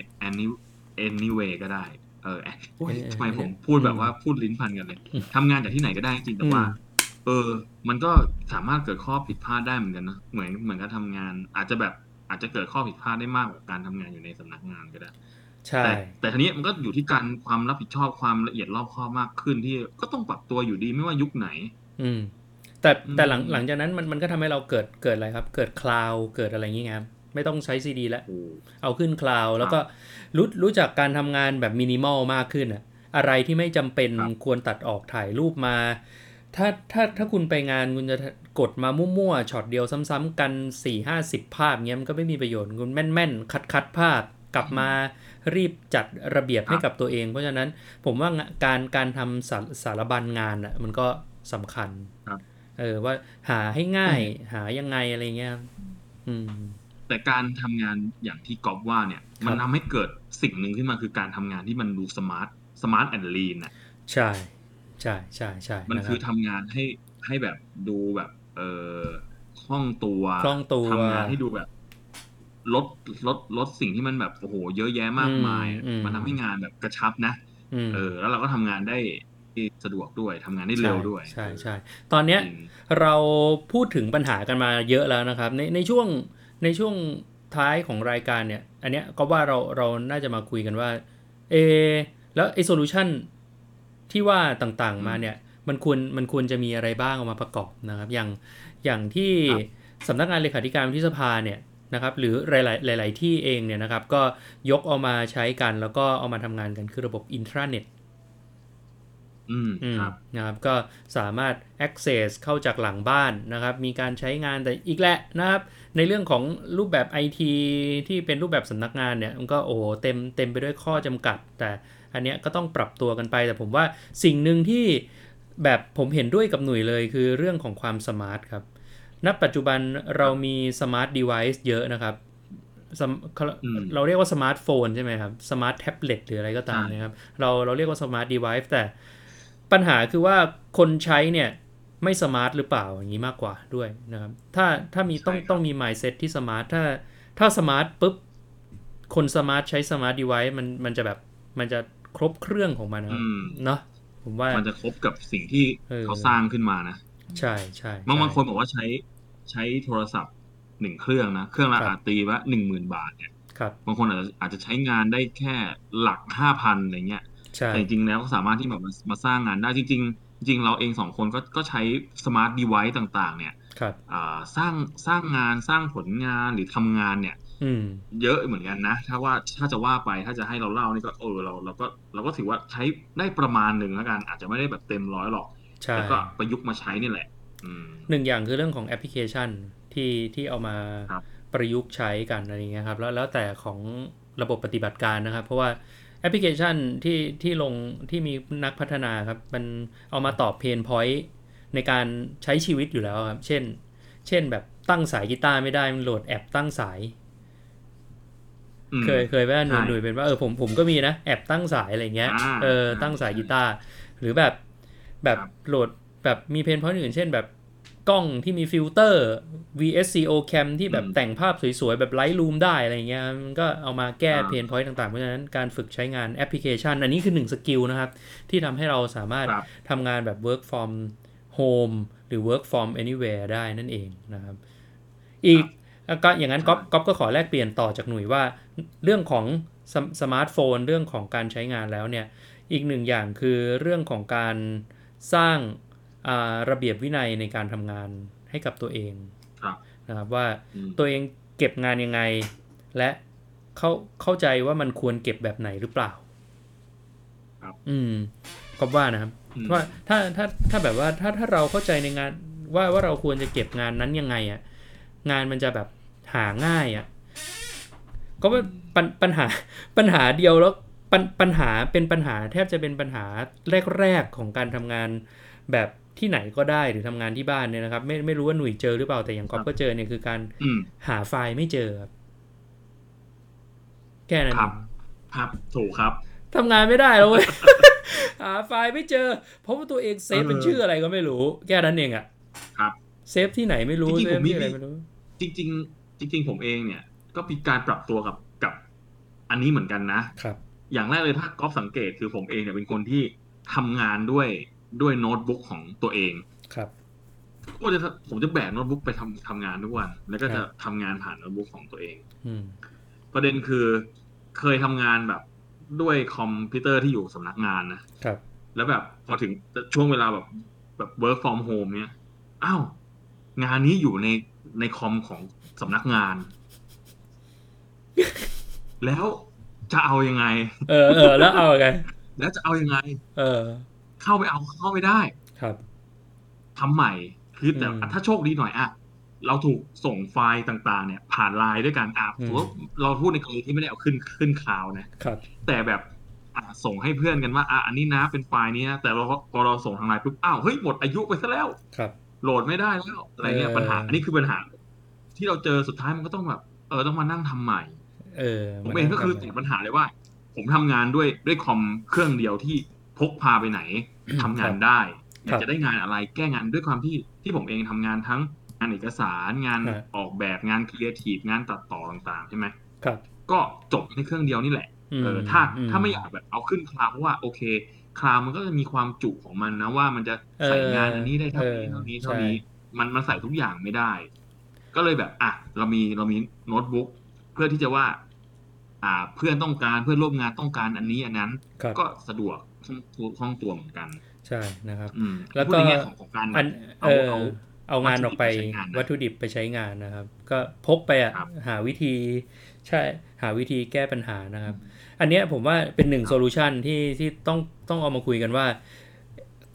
anyway ก็ได้ทำไมผมพูดแบบว่าพูดลิ้นพันกันเลยทำงานจากที่ไหนก็ได้จริงแต่ว่ามันก็สามารถเกิดข้อผิดพลาดได้เหมือนกันนะเหมือนการทำงานอาจจะเกิดข้อผิดพลาดได้มากกว่าการทำงานอยู่ในสำนักงานก็ได้ใช่แต่ทีนี้มันก็อยู่ที่การความรับผิดชอบความละเอียดรอบคอบมากขึ้นที่ก็ต้องปรับตัวอยู่ดีไม่ว่ายุคไหนแต่หลังจากนั้นมันก็ทำให้เราเกิดอะไรครับเกิดคลาวด์เกิดอะไรอย่างเงี้ยครับไม่ต้องใช้ซีดีแล้วเอาขึ้นคลาวด์แล้วก็รู้จักการทำงานแบบมินิมอลมากขึ้นอะไรที่ไม่จำเป็นควรตัดออกถ่ายรูปมาถ้าคุณไปงานคุณจะกดมามั่วๆช็อตเดียวซ้ำๆกัน 4-50 ภาพเงี้ยมันก็ไม่มีประโยชน์คุณแม่นๆคัดภาพกลับมารีบจัดระเบียบให้กับตัวเองเพราะฉะนั้นผมว่าการทำสารบัญงานมันก็สำคัญว่าหาให้ง่ายหายังไงอะไรเงี้ยแต่การทำงานอย่างที่ก๊อฟว่าเนี่ยมันทำให้เกิดสิ่งหนึ่งขึ้นมาคือการทำงานที่มันดูสมาร์ทแอนด์ลีนใช่มันคือทำงานให้แบบดูแบบคล่องตัวทำงานให้ดูแบบลดสิ่งที่มันแบบโอ้โหเยอะแยะมากมายมันทำให้งานแบบกระชับนะแล้วเราก็ทำงานได้สะดวกด้วยทำงานได้เร็วด้วยใช่ตอนเนี้ยเราพูดถึงปัญหากันมาเยอะแล้วนะครับในช่วงท้ายของรายการเนี่ยอันเนี้ยก็ว่าเราน่าจะมาคุยกันว่าแล้วไอ้โซลูชันที่ว่าต่างๆมาเนี่ยมันควรจะมีอะไรบ้างออกมาประกอบนะครับอย่างที่สำนักงานเลขาธิการวุฒิสภาเนี่ยนะครับหรือหลายที่เองเนี่ยนะครับก็ยกเอามาใช้กันแล้วก็เอามาทำงานกันคือระบบอินทราเน็ตครับนะครับก็สามารถ access เข้าจากหลังบ้านนะครับมีการใช้งานแต่อีกแหละนะครับในเรื่องของรูปแบบ IT ที่เป็นรูปแบบสำนักงานเนี่ยมันก็โอ้เต็มไปด้วยข้อจำกัดแต่อันเนี้ยก็ต้องปรับตัวกันไปแต่ผมว่าสิ่งหนึ่งที่แบบผมเห็นด้วยกับหน่วยเลยคือเรื่องของความสมาร์ทครับณปัจจุบันเรามีสมาร์ทเดเวิ์เยอะนะครับเราเรียกว่าสมาร์ทโฟนใช่ไหมครับสมาร์ทแท็บเล็ตหรืออะไรก็ตามนะครับเราเรียกว่าสมาร์ทเดเวิ์แต่ปัญหาคือว่าคนใช้เนี่ยไม่สมาร์ทหรือเปล่าอย่างนี้มากกว่าด้วยนะครับถ้ามีต้องมี mindset ที่สมาร์ทถ้าสมาร์ทปุ๊บคนสมาร์ทใช้สมาร์ทเดเวิ์มันจะแบบมันจะครบเครื่องของมันนะเนาะผมว่ามันจะครบกับสิ่งที่เขาสร้างขึ้นมานะใช่ใช่บางคนบอกว่าใช้โทรศัพท์1เครื่องนะเครื่องละอาจตีว่า10,000 บาทเนี่ยบางคนอาจจะใช้งานได้แค่หลัก 5,000อะไรเงี้ยแต่จริงๆแล้วก็สามารถที่แบบมาสร้างงานได้จริงเราเอง2 คนก็ใช้สมาร์ทเดเวิ์ต่างๆเนี่ยสร้างงานสร้างผลงานหรือทำงานเนี่ยเยอะเหมือนกันนะถ้าจะว่าไปถ้าจะให้เราเล่านี่ก็เราก็ถือว่าใช้ได้ประมาณหนึ่งแล้วกันอาจจะไม่ได้แบบเต็มร้อยหรอกแต่ก็ประยุกต์มาใช้นี่แหละหนึ่งอย่างคือเรื่องของแอปพลิเคชันที่เอามาประยุกต์ใช้กันอะไรเงี้ยครับแล้วแต่ของระบบปฏิบัติการนะครับเพราะว่าแอปพลิเคชันที่ลงที่มีนักพัฒนาครับมันเอามาตอบเพนพอยต์ในการใช้ชีวิตอยู่แล้วครับเช่นแบบตั้งสายกีตาร์ไม่ได้มันโหลดแอปตั้งสายเคยว่าหน่วยเป็นว่าผมก็มีนะแอปตั้งสายอะไรเงี้ยตั้งสายกีตาร์หรือแบบโหลดแบบมีเพนพอยต์อื่นเช่นแบบกล้องที่มีฟิลเตอร์ VSCO Cam ที่แบบแต่งภาพสวยๆแบบ Lightroom ได้อะไรเงี้ยมันก็เอามาแก้เพนพอยต์ต่างๆเพราะฉะนั้นการฝึกใช้งานแอปพลิเคชันอันนี้คือ1สกิลนะครับที่ทำให้เราสามารถทำงานแบบ work from home หรือ work from anywhere ได้นั่นเองนะครับอีกก็อย่างนั้นก๊อฟก็ขอแลกเปลี่ยนต่อจากหน่วยว่าเรื่องของสมาร์ทโฟนเรื่องของการใช้งานแล้วเนี่ยอีกหนึ่งอย่างคือเรื่องของการสร้างระเบียบวินัยในการทำงานให้กับตัวเองนะครับว่าตัวเองเก็บงานยังไงและเข้าใจว่ามันควรเก็บแบบไหนหรือเปล่าก็ว่านะครับว่าถ้าแบบว่าถ้าเราเข้าใจในงานว่าเราควรจะเก็บงานนั้นยังไงอ่ะงานมันจะแบบหาง่ายอ่ะก็ปัญหาเดียวแล้วปัญหาเป็นปัญหาแทบจะเป็นปัญหาแรกๆของการทำงานแบบที่ไหนก็ได้หรือทำงานที่บ้านเนี่ยนะครับไม่รู้ว่าหนุ่ยเจอหรือเปล่าแต่อย่างก๊อฟก็เจอเนี่ยคือการหาไฟล์ไม่เจอครับแค่นั้นครับถูกครับทำงานไม่ได้แล้วเว้ย หาไฟล์ไม่เจอเพราะว่าตัวเองเซฟเป็นชื่ออะไรก็ไม่รู้แค่นั้นเองอ่ะครับเซฟที่ไหนไม่รู้เซฟที่อะไรไม่รู้จริงผมเองเนี่ยก็มีการปรับตัวกับอันนี้เหมือนกันนะครับอย่างแรกเลยถ้าก๊อฟสังเกตคือผมเองเนี่ยเป็นคนที่ทำงานด้วยโน้ตบุ๊กของตัวเองครับผมจะแบกโน้ตบุ๊กไปทำงานทุกวันแล้วก็จะทำงานผ่านโน้ตบุ๊กของตัวเองประเด็นคือเคยทำงานแบบด้วยคอมพิวเตอร์ที่อยู่สำนักงานนะครับแล้วแบบพอถึงช่วงเวลาแบบ work from home เนี่ยอ้าวงานนี้อยู่ในคอมของสำนักงาน แล้วจะเอายังไงแล้วเอายังไงแล้วจะเอายังไงเข้าไม่ได้ครับทำใหม่คือแต่ถ้าโชคดีหน่อยอะเราถูกส่งไฟล์ต่างๆเนี่ยผ่านไลน์ด้วยกันสมมติเราพูดในกรณีที่ไม่ได้เอาขึ้นคลาวด์นะครับแต่แบบส่งให้เพื่อนกันว่าอันนี้นะเป็นไฟล์นี้นะแต่พอเราส่งทางไลน์ปุ๊บเฮ้ยหมดอายุไปซะแล้วครับโหลดไม่ได้แล้วอะไรเงี้ยปัญหาอันนี้คือปัญหาที่เราเจอสุดท้ายมันก็ต้องแบบต้องมานั่งทำใหม่ผมเองก็คือติดปัญหาเลยว่าผมทำงานด้วยคอมเครื่องเดียวที่พกพาไปไหนทำงานได้อยากจะได้งานอะไรแก้งานด้วยความที่ผมเองทำงานทั้งงานเอกสารงานออกแบบงานครีเอทีฟงานตัดต่อต่างๆใช่ไหมก็จบในเครื่องเดียวนี่แหละถ้าไม่อยากแบบเอาขึ้นคลาวด์เพราะว่าโอเคคลาวด์มันก็จะมีความจุของมันนะว่ามันจะใส่งานอันนี้ได้เท่านี้มันใส่ทุกอย่างไม่ได้ก็เลยแบบเรามีโน้ตบุ๊กเพื่อที่จะว่าเพื่อนต้องการเพื่อนร่วมงานต้องการอันนี้อันนั้นก็สะดวกคล่องตัวเหมือนกันใช่นะครับแล้วก็ของการเอางานออกไปวัตถุดิบไปใช้งานนะครับก็พกไปหาวิธีแก้ปัญหานะครับอันเนี้ยผมว่าเป็น1โซลูชันที่ต้องเอามาคุยกันว่า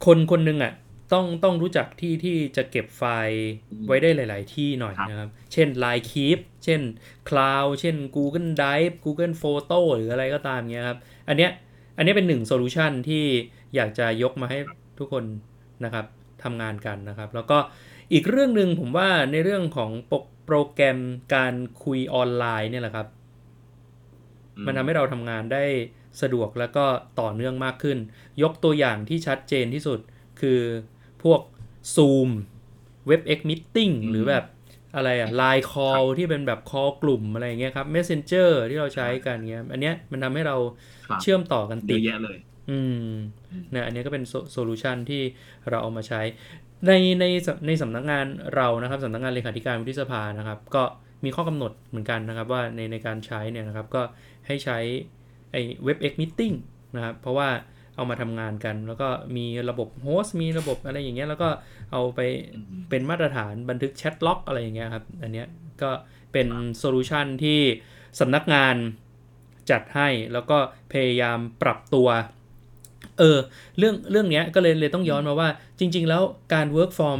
คนคนหนึ่งอ่ะต้องรู้จักที่จะเก็บไฟล์ไว้ได้หลายๆที่หน่อยนะครับเช่น Line Keep เช่น Cloud เช่น Google Drive Google Photo หรืออะไรก็ตามเงี้ยครับอันเนี้ยเป็นหนึ่งโซลูชันที่อยากจะยกมาให้ทุกคนนะครับทำงานกันนะครับแล้วก็อีกเรื่องหนึ่งผมว่าในเรื่องของโปรแกรมการคุยออนไลน์เนี่ยแหละครับมันทำให้เราทำงานได้สะดวกแล้วก็ต่อเนื่องมากขึ้นยกตัวอย่างที่ชัดเจนที่สุดคือพวก Zoom WebEx Meeting หรือแบบอะไรอะ Line Call ที่เป็นแบบ call กลุ่มอะไรอย่างเงี้ยครับ Messenger ที่เราใช้กันเงี้ยอันเนี้ยมันทำให้เราเชื่อมต่อกันติดเยอะแยะเลยเนี่ยอันนี้ก็เป็นโซลูชันที่เราเอามาใช้ในสำนักงานเรานะครับสำนักงานเลขาธิการวุฒิสภานะครับก็มีข้อกำหนดเหมือนกันนะครับว่าในการใช้เนี่ยนะครับก็ให้ใช้ไอ้ WebEx Meeting นะครับเพราะว่าเอามาทำงานกันแล้วก็มีระบบโฮสต์มีระบบอะไรอย่างเงี้ยแล้วก็เอาไปเป็นมาตรฐานบันทึกแชทล็อกอะไรอย่างเงี้ยครับอันเนี้ยก็เป็นโซลูชันที่สำนักงานจัดให้แล้วก็พยายามปรับตัวเรื่องเนี้ยก็เลยต้องย้อนมาว่าจริงๆแล้วการ work from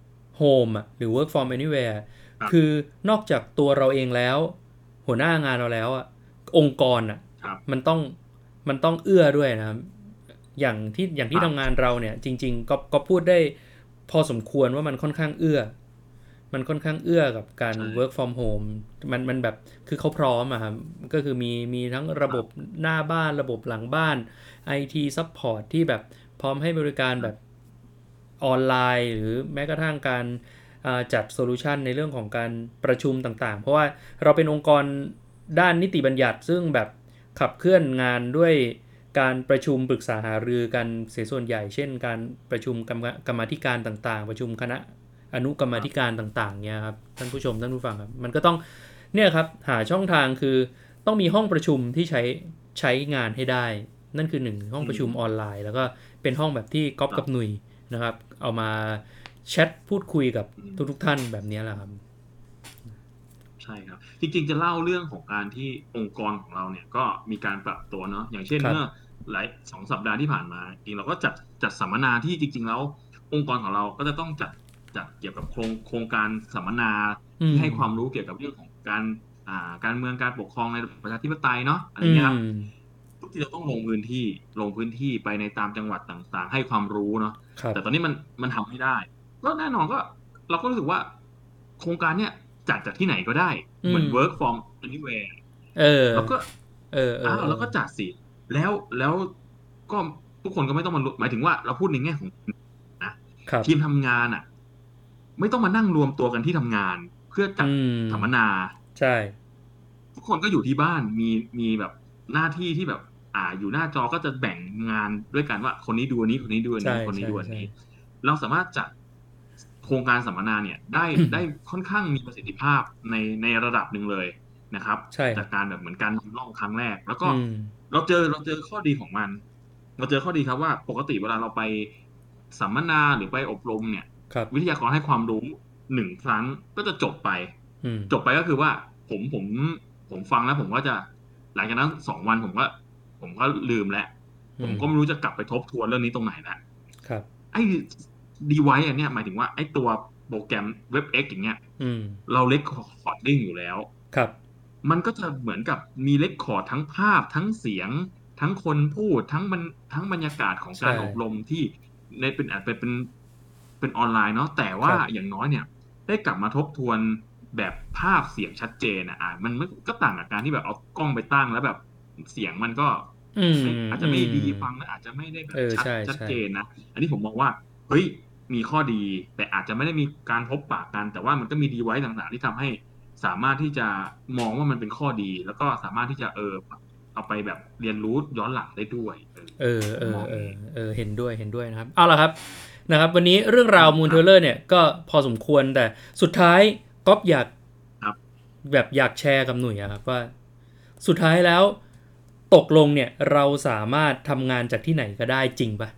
home หรือ work from anywhere คือนอกจากตัวเราเองแล้วหัวหน้างานเราแล้วองค์กรมันต้องเอื้อด้วยนะครับอย่างที่ทำงานเราเนี่ยจริงๆก็พูดได้พอสมควรว่ามันค่อนข้างเอื้อกับการ work from home มันแบบคือเขาพร้อมอะครับก็คือมีทั้งระบบหน้าบ้านระบบหลังบ้าน IT support ที่แบบพร้อมให้บริการแบบออนไลน์หรือแม้กระทั่งการจัดโซลูชันในเรื่องของการประชุมต่างๆเพราะว่าเราเป็นองค์กรด้านนิติบัญญัติซึ่งแบบขับเคลื่อนงานด้วยการประชุมปรึกษาหารือกันเสียส่วนใหญ่เช่นการประชุมกรรมาธิการต่างๆประชุมคณะอนุกรรมาธิการต่างๆเนี่ยครับท่านผู้ชมท่านผู้ฟังครับมันก็ต้องเนี่ยครับหาช่องทางคือต้องมีห้องประชุมที่ใช้งานให้ได้นั่นคือ1ห้องประชุมออนไลน์แล้วก็เป็นห้องแบบที่ก๊อปกับหนุ่ยนะครับเอามาแชทพูดคุยกับทุกท่านแบบนี้แหละครับใช่ครับจริงๆจะเล่าเรื่องของการที่องค์กรของเราเนี่ยก็มีการปรับตัวเนาะอย่างเช่นเมื่อหลาย2 สัปดาห์ที่ผ่านมาจริงเราก็จัดสัมมนาที่จริงๆแล้วองค์กรของเราก็จะต้องจัดเกี่ยวกับโครงการสัมมนาที่ให้ความรู้เกี่ยวกับเรื่องของการเมืองการปกครองในประชาธิปไตยเนาะอะไรเงี้ยครับทุกที่เราต้องลงพื้นที่ไปในตามจังหวัดต่างๆให้ความรู้เนาะแต่ตอนนี้มันทำไม่ได้ก็แน่นอนก็เราก็รู้สึกว่าโครงการเนี้ยจัดจากที่ไหนก็ได้เหมือน work from anywhere แล้วก็แล้วก็จัดสิแล้วก็ทุกคนก็ไม่ต้องมาหมายถึงว่าเราพูดในแง่ของนะทีมทำงานไม่ต้องมานั่งรวมตัวกันที่ทำงานเพื่อจัดสัมมนาใช่ทุกคนก็อยู่ที่บ้านมีแบบหน้าที่ที่แบบอยู่หน้าจอก็จะแบ่งงานด้วยกันว่าคนนี้ดูอันนี้คนนี้ดูอันนี้คนนี้ดูอันนี้เราสามารถจัดโครงการสัมมนาเนี่ยได้ค่อนข้างมีประสิทธิภาพในระดับหนึ่งเลยนะครับจากการแบบเหมือนการทำล่องครั้งแรกแล้วก็เราเจอข้อดีของมันเราเจอข้อดีครับว่าปกติเวลาเราไปสัมมนาหรือไปอบรมเนี่ยวิทยากรให้ความรู้1 ครั้งก็จะจบไปก็คือว่าผมฟังแล้วผมก็จะหลังจากนั้น2 วันผมก็ลืมแล้วผมก็ไม่รู้จะกลับไปทบทวนเรื่องนี้ตรงไหนแล้วไอ้device อันเนี้ยหมายถึงว่าไอ้ตัวโปรแกรม WebEx อย่างเงี้ยเราเรคคอร์ดดิ้งอยู่แล้วมันก็จะเหมือนกับมีเรคคอร์ดทั้งภาพทั้งเสียงทั้งคนพูดทั้งบรรยากาศของการอบรมที่ในเป็นออนไลน์เนาะแต่ว่าอย่างน้อยเนี่ยได้กลับมาทบทวนแบบภาพเสียงชัดเจนมันก็ต่างกับการที่แบบเอากล้องไปตั้งแล้วแบบเสียงมันก็อาจจะไม่ดีฟังแล้วอาจจะไม่ได้แบบชัดเจนนะอันนี้ผมมองว่าเฮ้ยมีข้อดีแต่อาจจะไม่ได้มีการพบปะกันแต่ว่ามันก็มีดีไว้ต่างๆที่ทำให้สามารถที่จะมองว่ามันเป็นข้อดีแล้วก็สามารถที่จะเอาไปแบบเรียนรู้ย้อนหลังได้ด้วยเห็นด้วยนะครับเอาล่ะครับวันนี้เรื่องราวมูนเทเลอร์เนี่ยก็พอสมควรแต่สุดท้ายก๊อฟอยากแชร์กับหนุ่ยครับว่าสุดท้ายแล้วตกลงเนี่ยเราสามารถทำงานจากที่ไหนก็ได้จริงปะ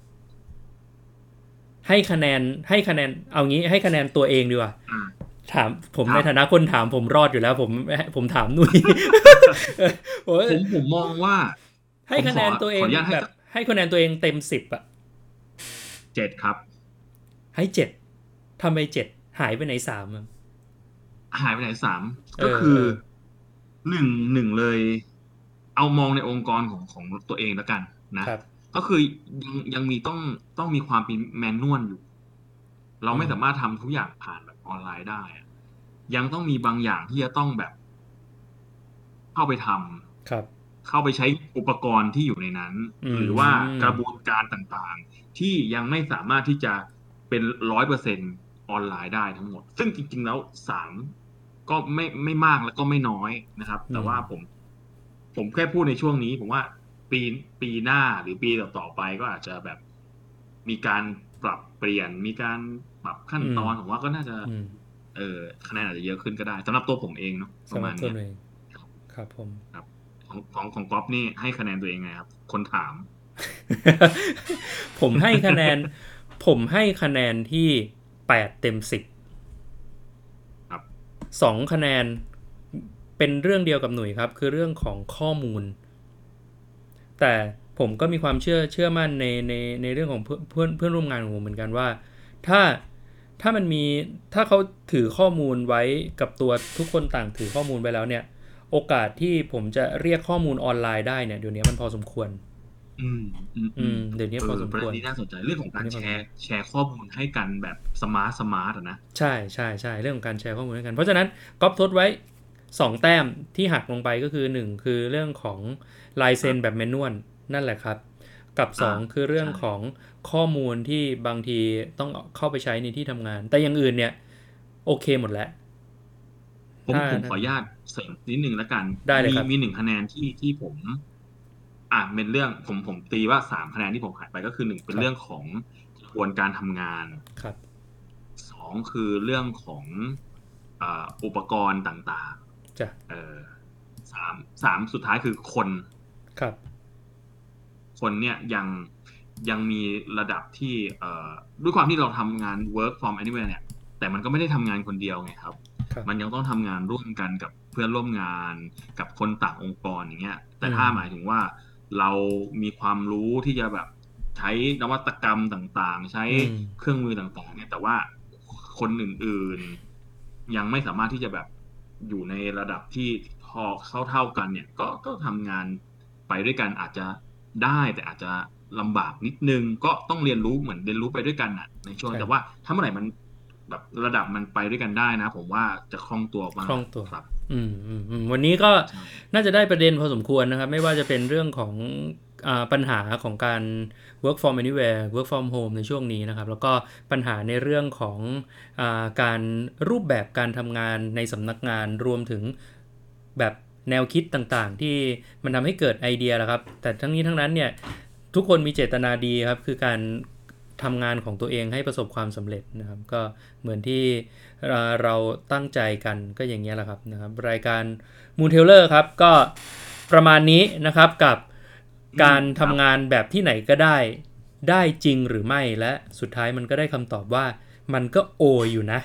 ให้คะแนนเอางี้ให้คะแนนตัวเองดีกว่าถามผมในฐานะคนถามผมรอดอยู่แล้วผมถามหนุ่ยผมมองว่าให้คะแนนตัวเองแบบให้คะแนนตัวเองเต็ม10 7ครับให้7ทำไม7หายไปไหน3 หายไปไหน3ก็คือหนึ่งเลยเอามองในองค์กรของตัวเองแล้วกันนะครับก็คือยังมีต้องมีความเป็นแมนนวลอยู่เราไม่สามารถทำทุกอย่างผ่านแบบออนไลน์ได้ยังต้องมีบางอย่างที่จะต้องแบบเข้าไปทำเข้าไปใช้อุปกรณ์ที่อยู่ในนั้นหรือว่ากระบวนการต่างๆที่ยังไม่สามารถที่จะเป็น 100% ออนไลน์ได้ทั้งหมดซึ่งจริงๆแล้ว3ก็ไม่มากแล้วก็ไม่น้อยนะครับแต่ว่าผมแค่พูดในช่วงนี้ผมว่าปีหน้าหรือปีต่อๆไปก็อาจจะแบบมีการปรับเปลี่ยนมีการปรับขั้นตอนผมว่าก็น่าจะคะแนนอาจจะเยอะขึ้นก็ได้สำหรับตัวผมเองเนาะประมาณนี้ครับผมครับของก๊อฟนี่ให้คะแนนตัวเองไงครับคนถามผมให้คะแนนที่8 เต็ม 10 ครับ 2คะแนนเป็นเรื่องเดียวกับหนุ่ยครับคือเรื่องของข้อมูลแต่ผมก็มีความเชื่อมั่นในเรื่องของเพื่อนร่วมงานของผมเหมือนกันว่าถ้ามันมีถ้าเขาถือข้อมูลไว้กับตัวทุกคนต่างถือข้อมูลไปแล้วเนี่ยโอกาสที่ผมจะเรียกข้อมูลออนไลน์ได้เนี่ยเดี๋ยวนี้มันพอสมควรเดี๋ยวนี้พอสมควรนี่น่าสนใจเรื่องของการแชร์ข้อมูลให้กันแบบสมาร์ทนะใช่เรื่องของการแชร์ข้อมูลให้กันเพราะฉะนั้นก๊อปทดไว้2 แต้มที่หักลงไปก็คือ1คือเรื่องของลายเซ็นแบบแมนนวลนั่นแหละครับกับ2คือเรื่องของข้อมูลที่บางทีต้องเข้าไปใช้ในที่ทำงานแต่อย่างอื่นเนี่ยโอเคหมดแล้วผมขออนุญาตเสริมนิดนึงแล้วกันมี1คะแนนที่ผมเป็นเรื่องผมตีว่า3คะแนนที่ผมหายไปก็คือ1เป็นเรื่องของกระบวนการทำงานครับ 2คือเรื่องของอุปกรณ์ต่างๆจ้ะ 3สุดท้ายคือคนครับคนเนี่ยยังมีระดับที่ด้วยความที่เราทำงาน work from anywhere เนี่ยแต่มันก็ไม่ได้ทำงานคนเดียวไงครับมันยังต้องทำงานร่วมกันกับเพื่อนร่วมงานกับคนต่างองค์กรอย่างเงี้ยแต่ถ้าหมายถึงว่าเรามีความรู้ที่จะแบบใช้นวัตกรรมต่างๆใช้เครื่องมือต่างๆเนี่ยแต่ว่าคนอื่นๆยังไม่สามารถที่จะแบบอยู่ในระดับที่พอเท่ากันเนี่ยก็ทำงานไปด้วยกันอาจจะได้แต่อาจจะลำบากนิดนึงก็ต้องเรียนรู้เหมือนเรียนรู้ไปด้วยกันน่ะในช่วงแต่ว่าถ้าเมื่อไหร่มันแบบระดับมันไปด้วยกันได้นะผมว่าจะคล่องตัวมากครับวันนี้ก็น่าจะได้ประเด็นพอสมควรนะครับไม่ว่าจะเป็นเรื่องของปัญหาของการ work from anywhere work from home ในช่วงนี้นะครับแล้วก็ปัญหาในเรื่องของการรูปแบบการทำงานในสำนักงานรวมถึงแบบแนวคิดต่างๆที่มันทำให้เกิดไอเดียแล้วครับแต่ทั้งนี้ทั้งนั้นเนี่ยทุกคนมีเจตนาดีครับคือการทำงานของตัวเองให้ประสบความสำเร็จนะครับก็เหมือนที่เราตั้งใจกันก็อย่างนี้แหละครับนะครับรายการมูนเทเลอร์ครับก็ประมาณนี้นะครับกับการทำงานแบบที่ไหนก็ได้จริงหรือไม่และสุดท้ายมันก็ได้คำตอบว่ามันก็โออยู่นะ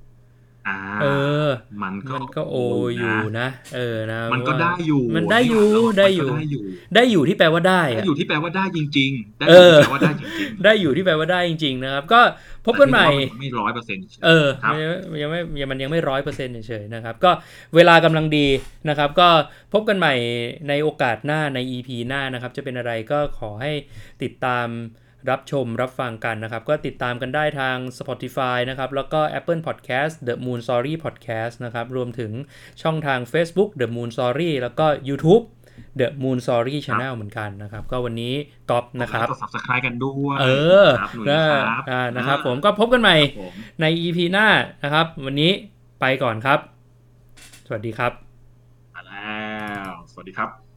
มันก็โออยู่นะนะมันก็ได้อยู่มันได้อยู่ที่แปลว่าได้อยู่ที่แปลว่าได้จริงๆได้แปลว่าได้จริงๆได้อยู่ที่แปลว่าได้จริงๆนะครับก็พบกันใหม่ไม่ 100% มันยังไม่ 100% เฉยๆนะครับก็เวลากำลังดีนะครับก็พบกันใหม่ในโอกาสหน้าใน EP หน้านะครับจะเป็นอะไรก็ขอให้ติดตามรับชมรับฟังกันนะครับก็ติดตามกันได้ทาง Spotify นะครับแล้วก็ Apple Podcast The Moon Story Podcast นะครับรวมถึงช่องทาง Facebook The Moon Story แล้วก็ YouTube The Moon Story Channel เหมือนกันนะครับก็วันนี้ก๊อฟนะครับกด Subscribe กันด้วยนะครับผมก็พบกันใหม่ใน EP หน้านะครับวันนี้ไปก่อนครับสวัสดีครับแล้วสวัสดีครับ